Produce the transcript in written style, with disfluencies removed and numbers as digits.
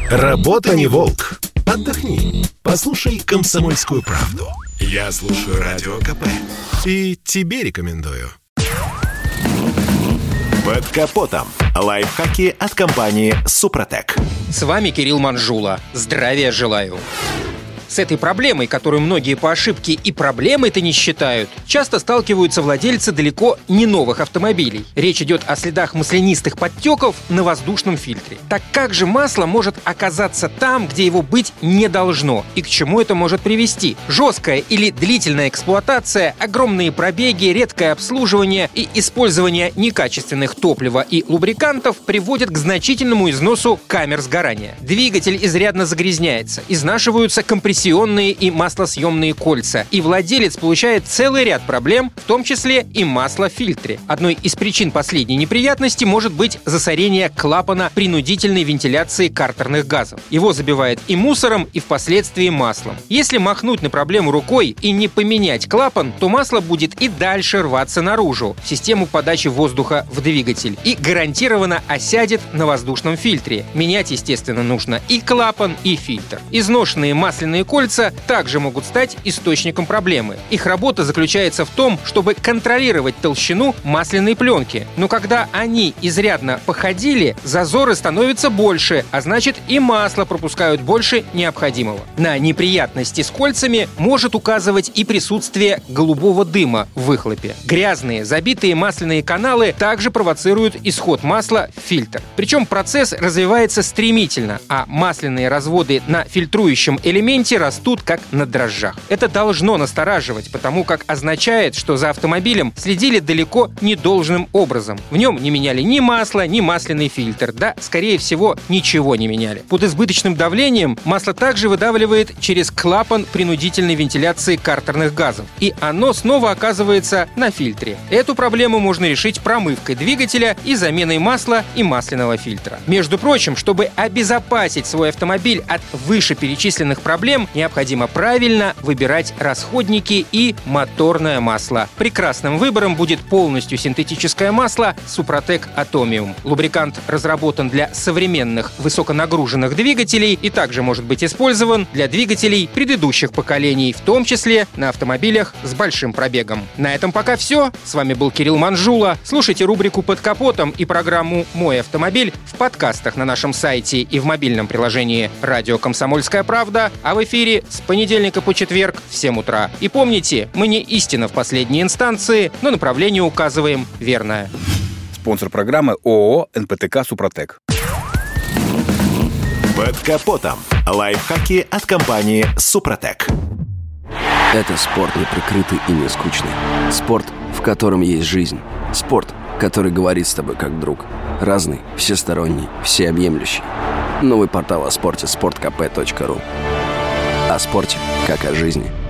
Работа не волк. Отдохни. Послушай «Комсомольскую правду». Я слушаю Радио КП. И тебе рекомендую. Под капотом. Лайфхаки от компании «Супротек». С вами Кирилл Манжула. Здравия желаю. С этой проблемой, которую многие по ошибке и проблемой-то не считают, часто сталкиваются владельцы далеко не новых автомобилей. Речь идет о следах маслянистых подтеков на воздушном фильтре. Так как же масло может оказаться там, где его быть не должно? И к чему это может привести? Жесткая или длительная эксплуатация, огромные пробеги, редкое обслуживание и использование некачественных топлива и лубрикантов приводят к значительному износу камер сгорания. Двигатель изрядно загрязняется, изнашиваются компрессионные и маслосъемные кольца, и владелец получает целый ряд проблем, в том числе и масло в фильтре. Одной из причин последней неприятности может быть засорение клапана принудительной вентиляции картерных газов. Его забивает и мусором, и впоследствии маслом. Если махнуть на проблему рукой и не поменять клапан, то масло будет и дальше рваться наружу, в систему подачи воздуха в двигатель, и гарантированно осядет на воздушном фильтре. Менять, естественно, нужно и клапан, и фильтр. Изношенные масляные кольца также могут стать источником проблемы. Их работа заключается в том, чтобы контролировать толщину масляной пленки. Но когда они изрядно походили, зазоры становятся больше, а значит и масло пропускают больше необходимого. На неприятности с кольцами может указывать и присутствие голубого дыма в выхлопе. Грязные, забитые масляные каналы также провоцируют исход масла в фильтр. Причем процесс развивается стремительно, а масляные разводы на фильтрующем элементе растут как на дрожжах. Это должно настораживать, потому как означает, что за автомобилем следили далеко не должным образом. В нем не меняли ни масло, ни масляный фильтр. Да, скорее всего, ничего не меняли. Под избыточным давлением масло также выдавливает через клапан принудительной вентиляции картерных газов. И оно снова оказывается на фильтре. Эту проблему можно решить промывкой двигателя и заменой масла и масляного фильтра. Между прочим, чтобы обезопасить свой автомобиль от вышеперечисленных проблем, необходимо правильно выбирать расходники и моторное масло. Прекрасным выбором будет полностью синтетическое масло Супротек Atomium. Лубрикант разработан для современных высоконагруженных двигателей и также может быть использован для двигателей предыдущих поколений, в том числе на автомобилях с большим пробегом. На этом пока все. С вами был Кирилл Манжула. Слушайте рубрику «Под капотом» и программу «Мой автомобиль» в подкастах на нашем сайте и в мобильном приложении «Радио Комсомольская правда», а в эфире с понедельника по четверг в 7 утра. И помните, мы не истина в последней инстанции, но направление указываем верное. Спонсор программы ООО «НПТК Супротек». Под капотом. Лайфхаки от компании «Супротек». Это спорт не прикрытый и не скучный. Спорт, в котором есть жизнь. Спорт, который говорит с тобой как друг. Разный, всесторонний, всеобъемлющий. Новый портал о спорте – sportkp.ru. О спорте, как о жизни.